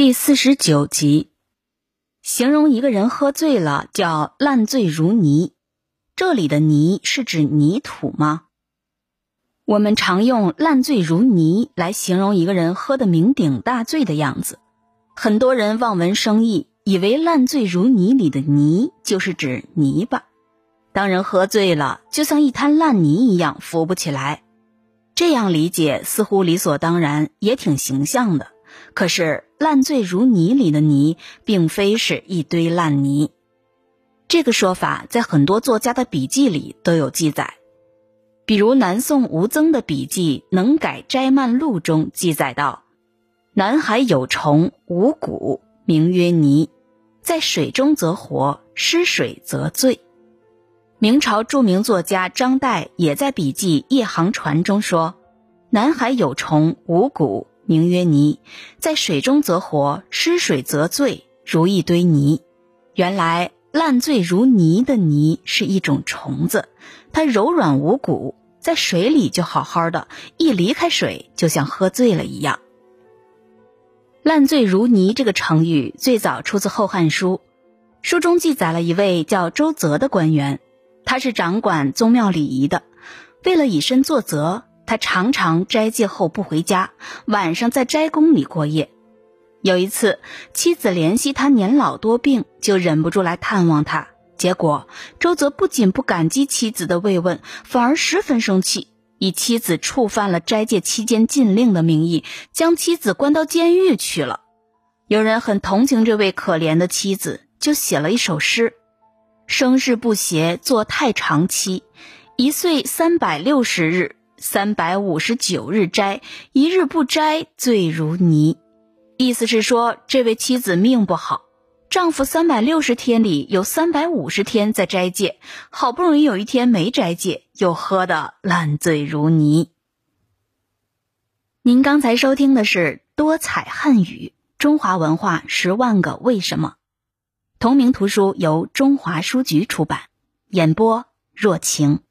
第49集，形容一个人喝醉了叫烂醉如泥。这里的泥是指泥土吗？我们常用烂醉如泥来形容一个人喝得酩酊大醉的样子。很多人望文生义，以为烂醉如泥里的泥就是指泥巴。当人喝醉了，就像一滩烂泥一样浮不起来。这样理解似乎理所当然，也挺形象的。可是烂醉如泥里的泥并非是一堆烂泥。这个说法在很多作家的笔记里都有记载，比如南宋吴曾的笔记《能改斋漫录》中记载道：南海有虫无骨，名曰泥，在水中则活，失水则醉。明朝著名作家张岱也在笔记《夜航船》中说：南海有虫无骨，名曰泥，在水中则活，失水则醉，如一堆泥。原来烂醉如泥的泥是一种虫子，它柔软无骨，在水里就好好的，一离开水就像喝醉了一样。烂醉如泥这个成语最早出自《后汉书》，书中记载了一位叫周泽的官员，他是掌管宗庙礼仪的，为了以身作则，他常常斋戒后不回家，晚上在斋宫里过夜。有一次，妻子怜惜他年老多病，就忍不住来探望他。结果周泽不仅不感激妻子的慰问，反而十分生气，以妻子触犯了斋戒期间禁令的名义，将妻子关到监狱去了。有人很同情这位可怜的妻子，就写了一首诗：生事不协作太长期，一岁360日，359日斋，一日不斋醉如泥。意思是说，这位妻子命不好，丈夫360天里有350天在斋戒，好不容易有一天没斋戒，又喝得烂醉如泥。您刚才收听的是多彩汉语中华文化10万个为什么，同名图书由中华书局出版，演播若晴。